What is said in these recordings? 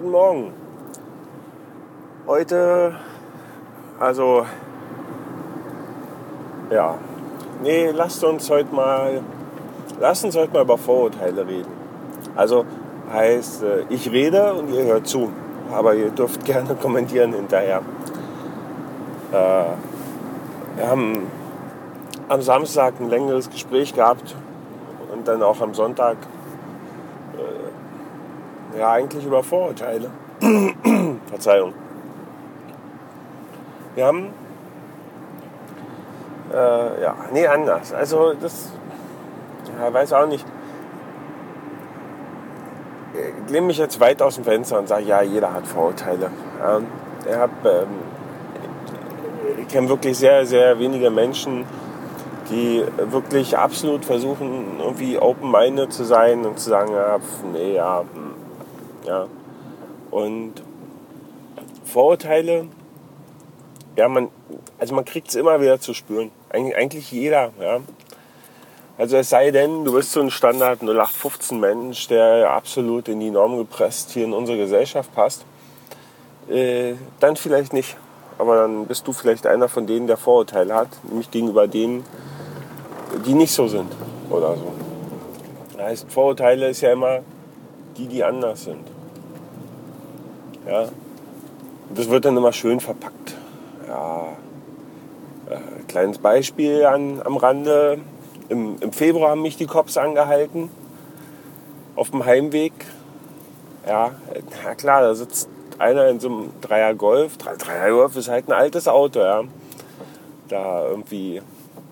guten Morgen. Heute, lasst uns heute mal über Vorurteile reden. Also heißt, ich rede und ihr hört zu, aber ihr dürft gerne kommentieren hinterher. Wir haben am Samstag ein längeres Gespräch gehabt und dann auch am Sonntag eigentlich über Vorurteile. Verzeihung. Wir haben anders. Also das, weiß auch nicht. Ich lehne mich jetzt weit aus dem Fenster und sage, ja, jeder hat Vorurteile. Ja, ich kenne wirklich sehr, sehr wenige Menschen, die wirklich absolut versuchen, irgendwie open-minded zu sein und zu sagen, Und Vorurteile, man kriegt es immer wieder zu spüren. Eigentlich jeder, ja. Also es sei denn, du bist so ein Standard 0815 Mensch, der absolut in die Norm gepresst hier in unsere Gesellschaft passt. Dann vielleicht nicht. Aber dann bist du vielleicht einer von denen, der Vorurteile hat, nämlich gegenüber denen, die nicht so sind oder so. Das heißt, Vorurteile ist ja immer die anders sind. Ja. Und das wird dann immer schön verpackt. Ja. Kleines Beispiel am Rande. Im Februar haben mich die Cops angehalten. Auf dem Heimweg. Ja, na klar, da sitzt einer in so einem Dreier Golf. Dreier Golf ist halt ein altes Auto, ja. Da irgendwie.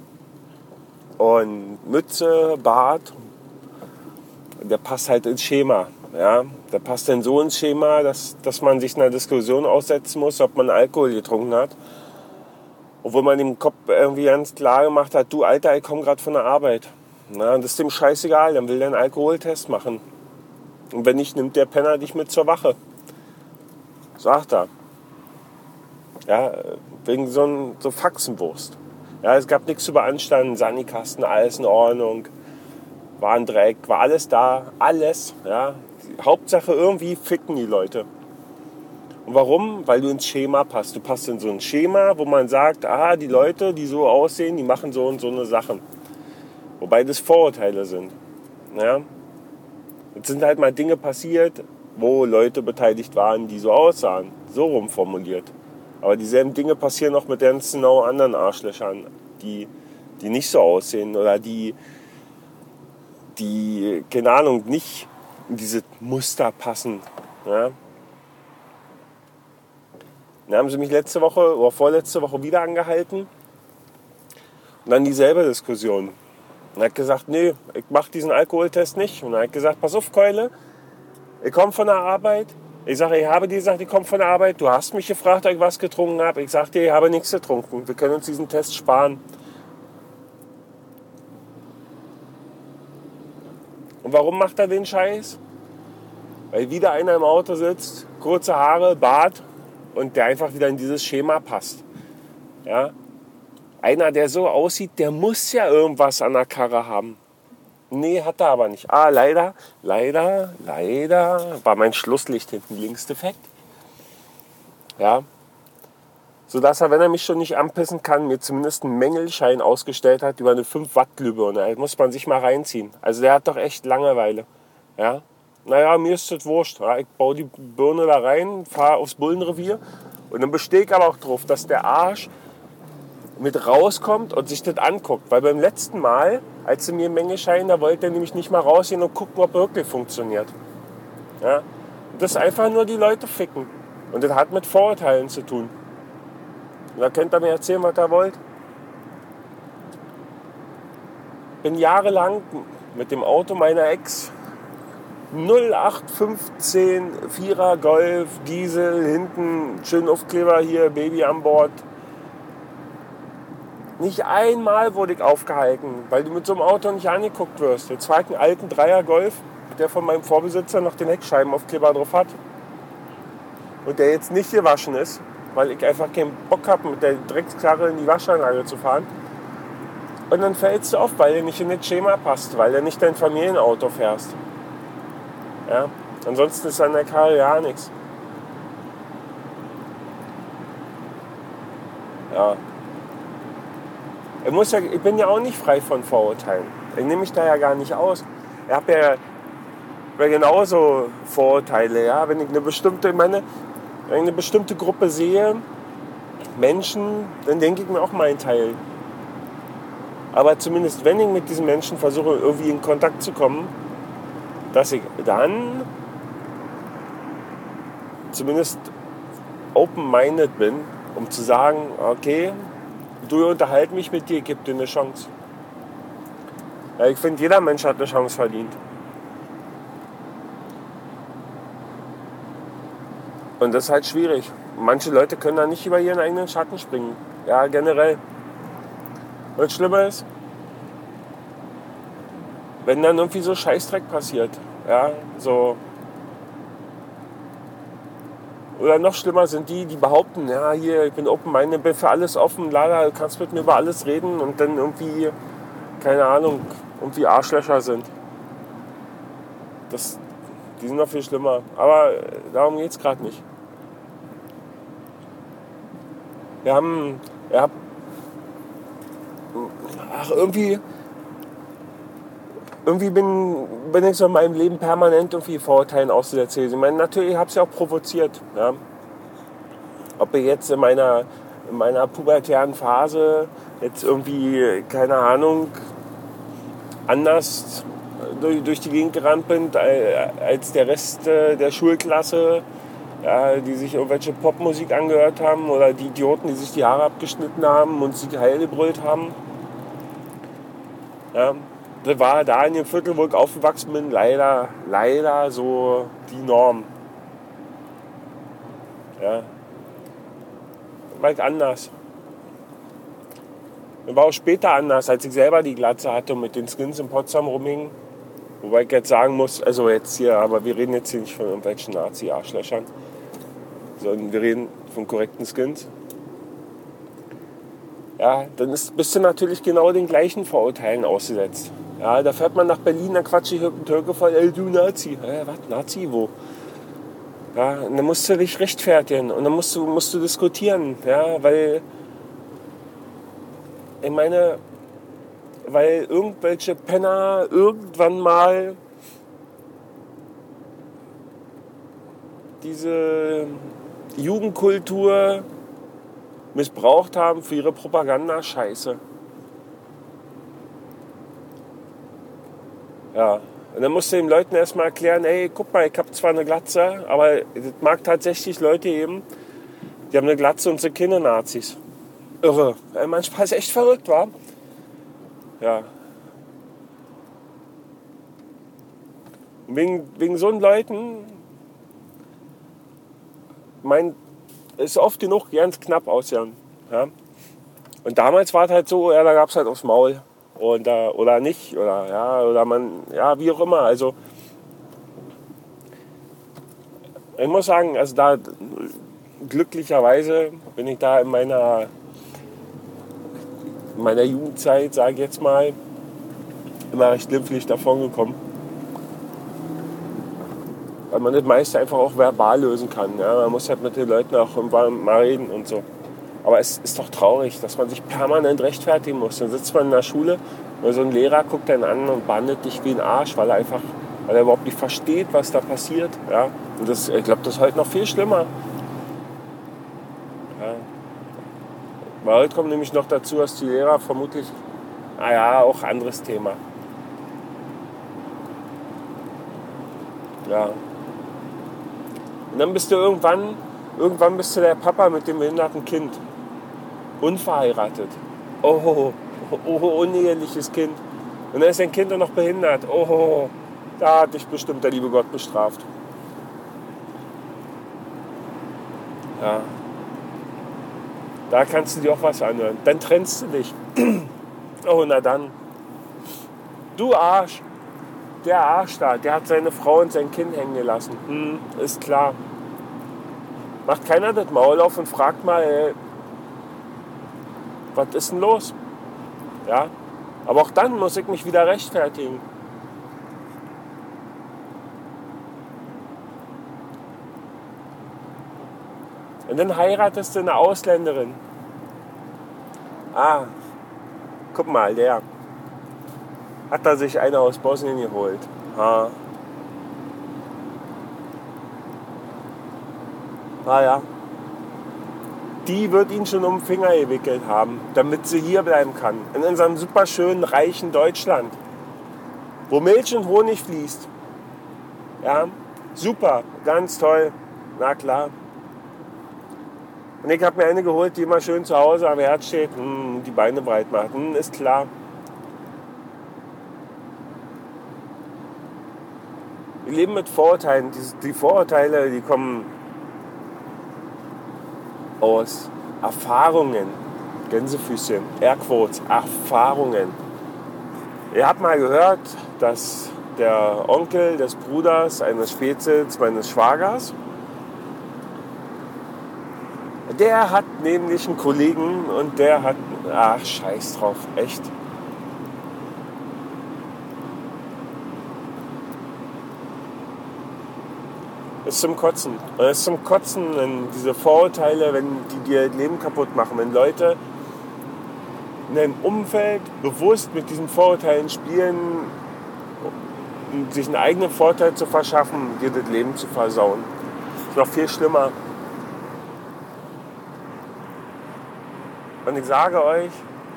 Und Mütze, Bart. Der passt halt ins Schema. Ja, der passt dann so ins Schema, dass man sich einer Diskussion aussetzen muss, ob man Alkohol getrunken hat. Obwohl man dem Kopf irgendwie ganz klar gemacht hat, du Alter, ich komme gerade von der Arbeit. Na, und das ist dem scheißegal, dann will der einen Alkoholtest machen. Und wenn nicht, nimmt der Penner dich mit zur Wache. Sagt er. Ja, wegen so Faxenwurst. Ja, es gab nichts zu beanstanden, Sanikasten, alles in Ordnung. War ein Dreck, war alles da, alles. Ja. Hauptsache irgendwie ficken die Leute. Und warum? Weil du ins Schema passt. Du passt in so ein Schema, wo man sagt, die Leute, die so aussehen, die machen so und so eine Sachen. Wobei das Vorurteile sind. Ja? Jetzt sind halt mal Dinge passiert, wo Leute beteiligt waren, die so aussahen. So rumformuliert. Aber dieselben Dinge passieren auch mit ganz genau anderen Arschlöchern, die nicht so aussehen oder die keine Ahnung, nicht in diese Muster passen. Ja? Dann haben sie mich letzte Woche oder vorletzte Woche wieder angehalten. Und dann dieselbe Diskussion. Und er hat gesagt, nee, ich mache diesen Alkoholtest nicht. Und er hat gesagt, pass auf, Keule, ich komme von der Arbeit. Ich sage, ich habe dir gesagt, ich komme von der Arbeit. Du hast mich gefragt, ob ich was getrunken habe. Ich sage dir, ich habe nichts getrunken. Wir können uns diesen Test sparen. Und warum macht er den Scheiß? Weil wieder einer im Auto sitzt, kurze Haare, Bart und der einfach wieder in dieses Schema passt. Ja? Einer, der so aussieht, der muss ja irgendwas an der Karre haben. Nee, hat er aber nicht. Leider war mein Schlusslicht hinten links defekt. Ja. Sodass er, wenn er mich schon nicht anpissen kann, mir zumindest einen Mängelschein ausgestellt hat über eine 5-Watt-Glühbirne. Da muss man sich mal reinziehen. Also der hat doch echt Langeweile. Ja. Naja, mir ist das wurscht. Ja, ich baue die Birne da rein, fahre aufs Bullenrevier und dann bestehe ich aber auch drauf, dass der Arsch mit rauskommt und sich das anguckt. Weil beim letzten Mal, als sie mir Mängelschein, da wollte er nämlich nicht mal rausgehen und gucken, ob er wirklich funktioniert. Ja. Und das ist einfach nur die Leute ficken. Und das hat mit Vorurteilen zu tun. Und da könnt ihr mir erzählen, was ihr wollt. Bin jahrelang mit dem Auto meiner Ex 0815 4er Golf, Diesel, hinten schön Aufkleber hier, Baby an Bord. Nicht einmal wurde ich aufgehalten, weil du mit so einem Auto nicht angeguckt wirst. Jetzt fahre ich einen alten 3er Golf, der von meinem Vorbesitzer noch den Heckscheibenaufkleber drauf hat. Und der jetzt nicht gewaschen ist, weil ich einfach keinen Bock habe, mit der Dreckskarre in die Waschanlage zu fahren. Und dann fällst du auf, weil der nicht in das Schema passt, weil der nicht dein Familienauto fährst. Ja? Ansonsten ist an der Karre ja nichts. Ja. Ich bin ja auch nicht frei von Vorurteilen. Ich nehme mich da ja gar nicht aus. Ich habe ja genauso Vorurteile. Ja? Wenn ich wenn ich eine bestimmte Gruppe sehe, Menschen, dann denke ich mir auch meinen Teil. Aber zumindest wenn ich mit diesen Menschen versuche, irgendwie in Kontakt zu kommen, dass ich dann zumindest open-minded bin, um zu sagen, okay, du unterhalt mich mit dir, gib dir eine Chance. Ja, ich finde, jeder Mensch hat eine Chance verdient. Und das ist halt schwierig. Manche Leute können da nicht über ihren eigenen Schatten springen. Ja, generell. Und das Schlimme ist, wenn dann irgendwie so Scheißdreck passiert. Ja, so. Oder noch schlimmer sind die behaupten, ja, hier, ich bin open-minded, bin für alles offen, lala, du kannst mit mir über alles reden und dann irgendwie, keine Ahnung, irgendwie Arschlöcher sind. Die sind noch viel schlimmer. Aber darum geht es gerade nicht. Irgendwie bin ich so in meinem Leben permanent irgendwie Vorurteilen ausgesetzt. Ich meine, natürlich habe ich es ja auch provoziert. Ja. Ob ich jetzt in meiner pubertären Phase jetzt irgendwie, keine Ahnung, anders durch die Gegend gerannt bin als der Rest der Schulklasse, ja, die sich irgendwelche Popmusik angehört haben oder die Idioten, die sich die Haare abgeschnitten haben und sich heil gebrüllt haben. Ja, das war da in dem Viertel, wo ich aufgewachsen bin, leider so die Norm. Ja. War ich anders. War auch später anders, als ich selber die Glatze hatte und mit den Skins in Potsdam rumhing. Wobei ich jetzt sagen muss, also jetzt hier, aber wir reden jetzt hier nicht von irgendwelchen Nazi-Arschlöchern, sondern wir reden von korrekten Skins. Ja, dann bist du natürlich genau den gleichen Vorurteilen ausgesetzt. Ja, da fährt man nach Berlin, dann quatscht sich irgendein Türke voll, ey, du Nazi. Was, Nazi, wo? Ja, und dann musst du dich rechtfertigen und dann musst du diskutieren, ja, weil, ich meine, weil irgendwelche Penner irgendwann mal diese Jugendkultur missbraucht haben für ihre Propaganda-Scheiße. Ja, und dann musst du den Leuten erstmal erklären, ey, guck mal, ich habe zwar eine Glatze, aber es mag tatsächlich Leute geben, die haben eine Glatze und sind keine Nazis. Irre. Manchmal ist es echt verrückt, wa? Ja. Wegen so Leuten, ist oft genug ganz knapp ausgegangen. Ja? Und damals war es halt so, ja, da gab es halt aufs Maul. Oder nicht, oder man, ja, wie auch immer. Also, ich muss sagen, also da, glücklicherweise bin ich da in meiner Jugendzeit, sage ich jetzt mal, immer recht glimpflich davon gekommen. Weil man das meiste einfach auch verbal lösen kann. Ja? Man muss halt mit den Leuten auch mal reden und so. Aber es ist doch traurig, dass man sich permanent rechtfertigen muss. Dann sitzt man in der Schule und so ein Lehrer guckt einen an und behandelt dich wie ein Arsch, weil er überhaupt nicht versteht, was da passiert. Ja? Und ich glaube, das ist heute noch viel schlimmer. Ja? Weil heute kommt nämlich noch dazu, dass die Lehrer vermutlich, auch anderes Thema. Ja. Und dann bist du irgendwann bist du der Papa mit dem behinderten Kind. Unverheiratet. Oh, uneheliches Kind. Und dann ist dein Kind auch noch behindert. Oh, da hat dich bestimmt der liebe Gott bestraft. Ja. Da kannst du dir auch was anhören. Dann trennst du dich. Oh, na dann. Du Arsch. Der Arsch da, der hat seine Frau und sein Kind hängen gelassen. Ist klar. Macht keiner das Maul auf und fragt mal, ey, was ist denn los? Ja? Aber auch dann muss ich mich wieder rechtfertigen. Und dann heiratest du eine Ausländerin. Ah, guck mal, der hat da sich eine aus Bosnien geholt. Ah. Ja. Die wird ihn schon um den Finger gewickelt haben, damit sie hier bleiben kann. In unserem superschönen, reichen Deutschland. Wo Milch und Honig fließt. Ja, super, ganz toll. Na klar. Und ich habe mir eine geholt, die immer schön zu Hause am Herd steht, die Beine breit macht. Ist klar. Wir leben mit Vorurteilen. Die Vorurteile, die kommen aus Erfahrungen. Gänsefüßchen, Airquotes, Erfahrungen. Ihr habt mal gehört, dass der Onkel des Bruders eines Spätzels meines Schwagers, der hat nämlich einen Kollegen und der hat, scheiß drauf, echt. Ist zum Kotzen. Und es ist zum Kotzen, wenn diese Vorurteile, wenn die dir das Leben kaputt machen, wenn Leute in deinem Umfeld bewusst mit diesen Vorurteilen spielen, um sich einen eigenen Vorteil zu verschaffen, dir das Leben zu versauen. Das ist noch viel schlimmer. Und ich sage euch,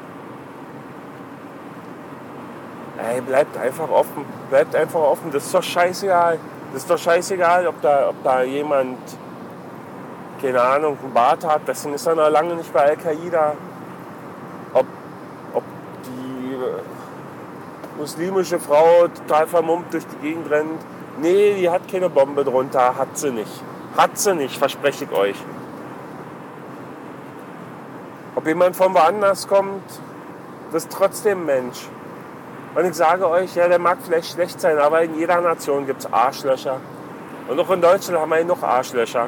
bleibt einfach offen. Bleibt einfach offen. Das ist doch scheißegal. Das ist doch scheißegal, ob da jemand, keine Ahnung, einen Bart hat. Deswegen ist er noch lange nicht bei Al-Qaida. Ob die muslimische Frau total vermummt durch die Gegend rennt. Nee, die hat keine Bombe drunter. Hat sie nicht. Hat sie nicht, verspreche ich euch. Ob jemand von woanders kommt, das ist trotzdem ein Mensch. Und ich sage euch, ja, der mag vielleicht schlecht sein, aber in jeder Nation gibt es Arschlöcher. Und auch in Deutschland haben wir noch Arschlöcher.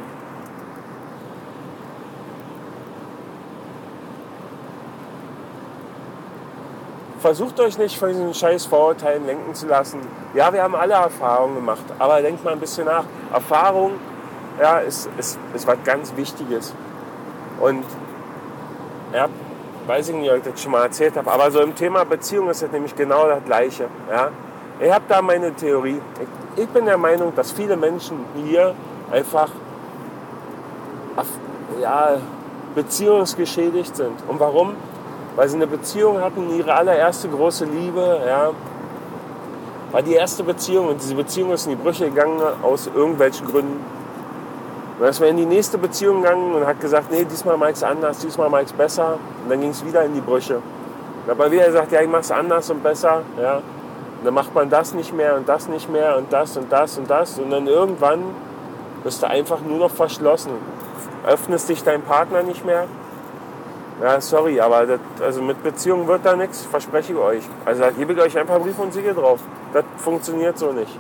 Versucht euch nicht von diesen scheiß Vorurteilen lenken zu lassen. Ja, wir haben alle Erfahrungen gemacht, aber denkt mal ein bisschen nach. Erfahrung, ja, ist was ganz Wichtiges. Und ja, weiß ich nicht, ob ich das schon mal erzählt habe, aber so im Thema Beziehung ist das nämlich genau das Gleiche. Ja? Ich habe da meine Theorie. Ich bin der Meinung, dass viele Menschen hier einfach beziehungsgeschädigt sind. Und warum? Weil sie eine Beziehung hatten, ihre allererste große Liebe, ja, war die erste Beziehung und diese Beziehung ist in die Brüche gegangen aus irgendwelchen Gründen. Und dann ist man in die nächste Beziehung gegangen und hat gesagt, nee, diesmal mag ich es anders, diesmal mag ich es besser. Und dann ging es wieder in die Brüche. Dann hat man wieder gesagt, ja, ich mache es anders und besser. Ja. Und dann macht man das nicht mehr und das nicht mehr und das und das und das. Und dann irgendwann bist du einfach nur noch verschlossen. Öffnest dich dein Partner nicht mehr. Ja, sorry, aber also mit Beziehungen wird da nichts, verspreche ich euch. Also da gebe ich euch einfach Brief und Siegel drauf. Das funktioniert so nicht.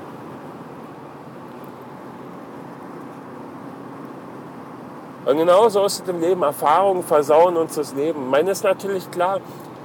Und genauso ist es im Leben. Erfahrungen versauen uns das Leben. Ich meine, ist natürlich klar,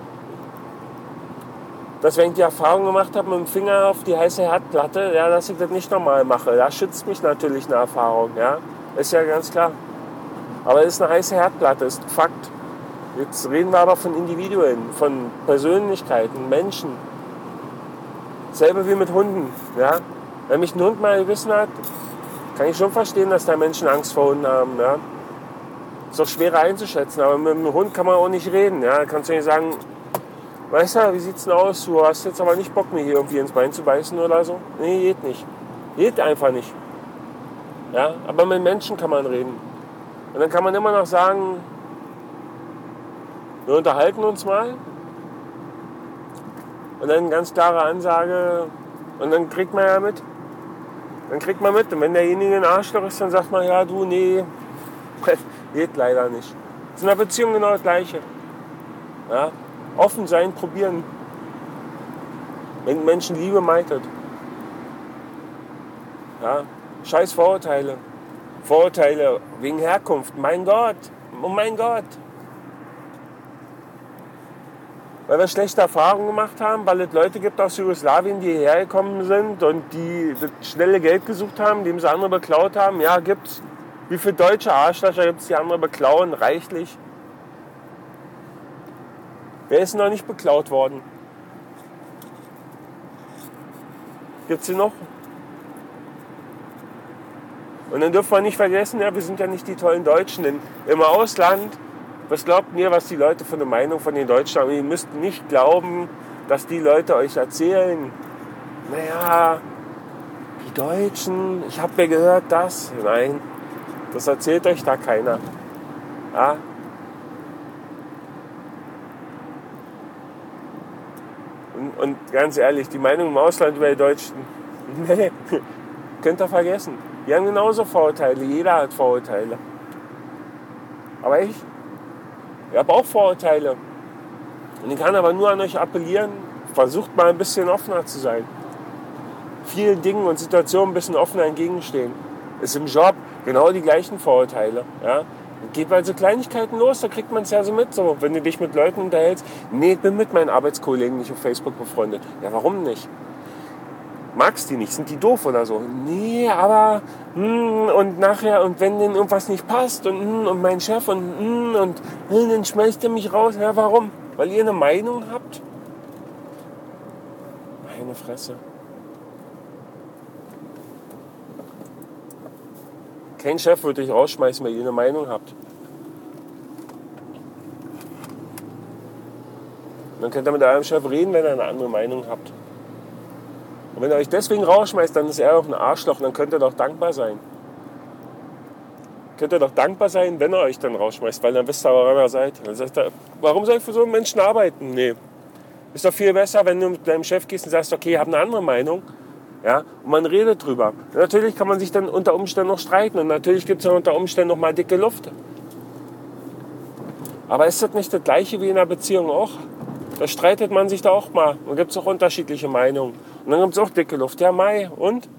dass wenn ich die Erfahrung gemacht habe, mit dem Finger auf die heiße Herdplatte, ja, dass ich das nicht normal mache. Da schützt mich natürlich eine Erfahrung. Ja? Ist ja ganz klar. Aber es ist eine heiße Herdplatte, ist ein Fakt. Jetzt reden wir aber von Individuen, von Persönlichkeiten, Menschen. Selbe wie mit Hunden. Ja? Wenn mich ein Hund mal gebissen hat, kann ich schon verstehen, dass da Menschen Angst vor Hunden haben. Ja? Ist doch schwerer einzuschätzen, aber mit einem Hund kann man auch nicht reden. Ja? Da kannst du nicht sagen, weißt du, wie sieht's denn aus? Du hast jetzt aber nicht Bock, mir hier irgendwie ins Bein zu beißen oder so. Nee, geht nicht. Geht einfach nicht. Ja? Aber mit Menschen kann man reden. Und dann kann man immer noch sagen, wir unterhalten uns mal. Und dann ganz klare Ansage. Und dann kriegt man ja mit. Dann kriegt man mit. Und wenn derjenige ein Arschloch ist, dann sagt man, ja du, nee, geht leider nicht. Das ist in einer Beziehung genau das Gleiche. Ja? Offen sein, probieren. Wenn Menschen Liebe meitet. Ja? Scheiß Vorurteile. Vorurteile wegen Herkunft. Mein Gott. Oh mein Gott. Weil wir schlechte Erfahrungen gemacht haben, weil es Leute gibt aus Jugoslawien, die hierher gekommen sind und die das schnelle Geld gesucht haben, dem sie andere beklaut haben. Ja, gibt's. Wie viele deutsche Arschlöcher gibt es, die andere beklauen? Reichlich. Wer ist noch nicht beklaut worden? Gibt's sie noch? Und dann dürfen wir nicht vergessen, ja, wir sind ja nicht die tollen Deutschen. Denn im Ausland, was glaubt ihr, was die Leute für eine Meinung von den Deutschen haben? Ihr müsst nicht glauben, dass die Leute euch erzählen, naja, die Deutschen, ich habe mir gehört das. Nein, das erzählt euch da keiner. Ja? Und ganz ehrlich, die Meinung im Ausland über die Deutschen, nee, könnt ihr vergessen. Die haben genauso Vorurteile, jeder hat Vorurteile. Aber ich habe auch Vorurteile. Und ich kann aber nur an euch appellieren, versucht mal ein bisschen offener zu sein. Vielen Dingen und Situationen ein bisschen offener entgegenstehen. Ist im Job genau die gleichen Vorurteile. Ja? Geht bei so Kleinigkeiten los, da kriegt man es ja so mit. So, wenn du dich mit Leuten unterhältst, nee, ich bin mit meinen Arbeitskollegen nicht auf Facebook befreundet. Ja, warum nicht? Magst die nicht? Sind die doof oder so? Nee, aber und nachher, und wenn denen irgendwas nicht passt und mein Chef und dann schmeißt er mich raus. Ja, warum? Weil ihr eine Meinung habt? Meine Fresse. Kein Chef würde dich rausschmeißen, weil ihr eine Meinung habt. Dann könnt ihr mit eurem Chef reden, wenn ihr eine andere Meinung habt. Und wenn er euch deswegen rausschmeißt, dann ist er auch ein Arschloch. Dann könnt ihr doch dankbar sein. Könnt ihr doch dankbar sein, wenn er euch dann rausschmeißt, weil dann wisst ihr, woran ihr seid. Dann sagt er, warum soll ich für so einen Menschen arbeiten? Nee. Ist doch viel besser, wenn du mit deinem Chef gehst und sagst, okay, ich habe eine andere Meinung. Ja, und man redet drüber. Und natürlich kann man sich dann unter Umständen noch streiten. Und natürlich gibt es unter Umständen noch mal dicke Luft. Aber ist das nicht das Gleiche wie in einer Beziehung auch? Da streitet man sich da auch mal. Und gibt es auch unterschiedliche Meinungen. Und dann gibt es auch dicke Luft. Ja, Mai. Und?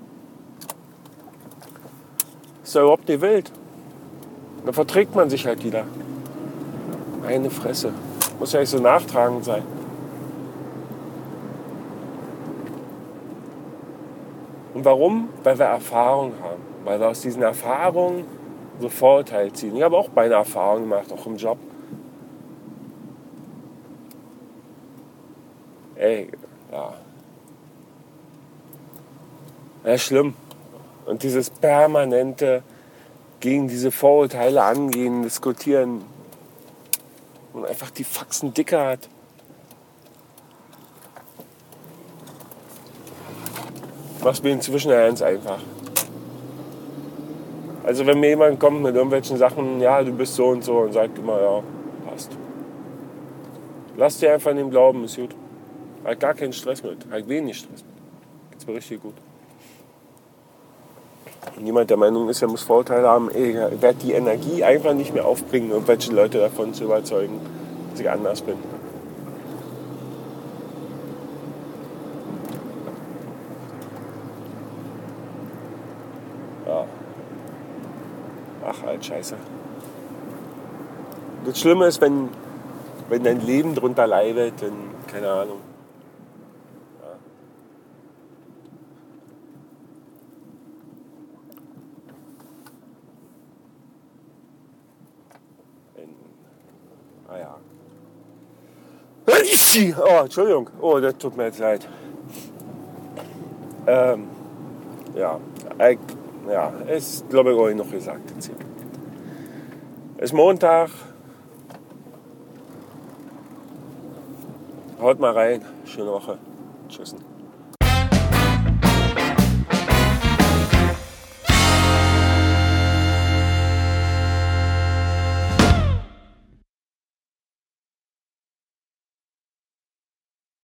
Ist ja überhaupt nicht wild. Dann verträgt man sich halt wieder. Meine Fresse. Muss ja nicht so nachtragend sein. Und warum? Weil wir Erfahrung haben. Weil wir aus diesen Erfahrungen so Vorurteile ziehen. Ich habe auch meine Erfahrungen gemacht, auch im Job. Ey, ja. Ja, schlimm. Und dieses permanente gegen diese Vorurteile angehen, diskutieren und einfach die Faxen dicker hat. Macht mir inzwischen ganz einfach. Also wenn mir jemand kommt mit irgendwelchen Sachen, ja, du bist so und sagt immer, ja, passt. Lass dir einfach an dem glauben, ist gut. Hat gar keinen Stress mit, hat wenig Stress mit. Geht's mir richtig gut. Und jemand der Meinung ist, er muss Vorurteile haben, ich werde die Energie einfach nicht mehr aufbringen, irgendwelche Leute davon zu überzeugen, dass ich anders bin. Ja. Ach, halt Scheiße. Das Schlimme ist, wenn dein Leben drunter leidet, dann, keine Ahnung. Ja. Oh, Entschuldigung. Oh, das tut mir jetzt leid. Ist, glaube ich, euch noch gesagt jetzt hier. Ist Montag. Haut mal rein. Schöne Woche. Tschüss.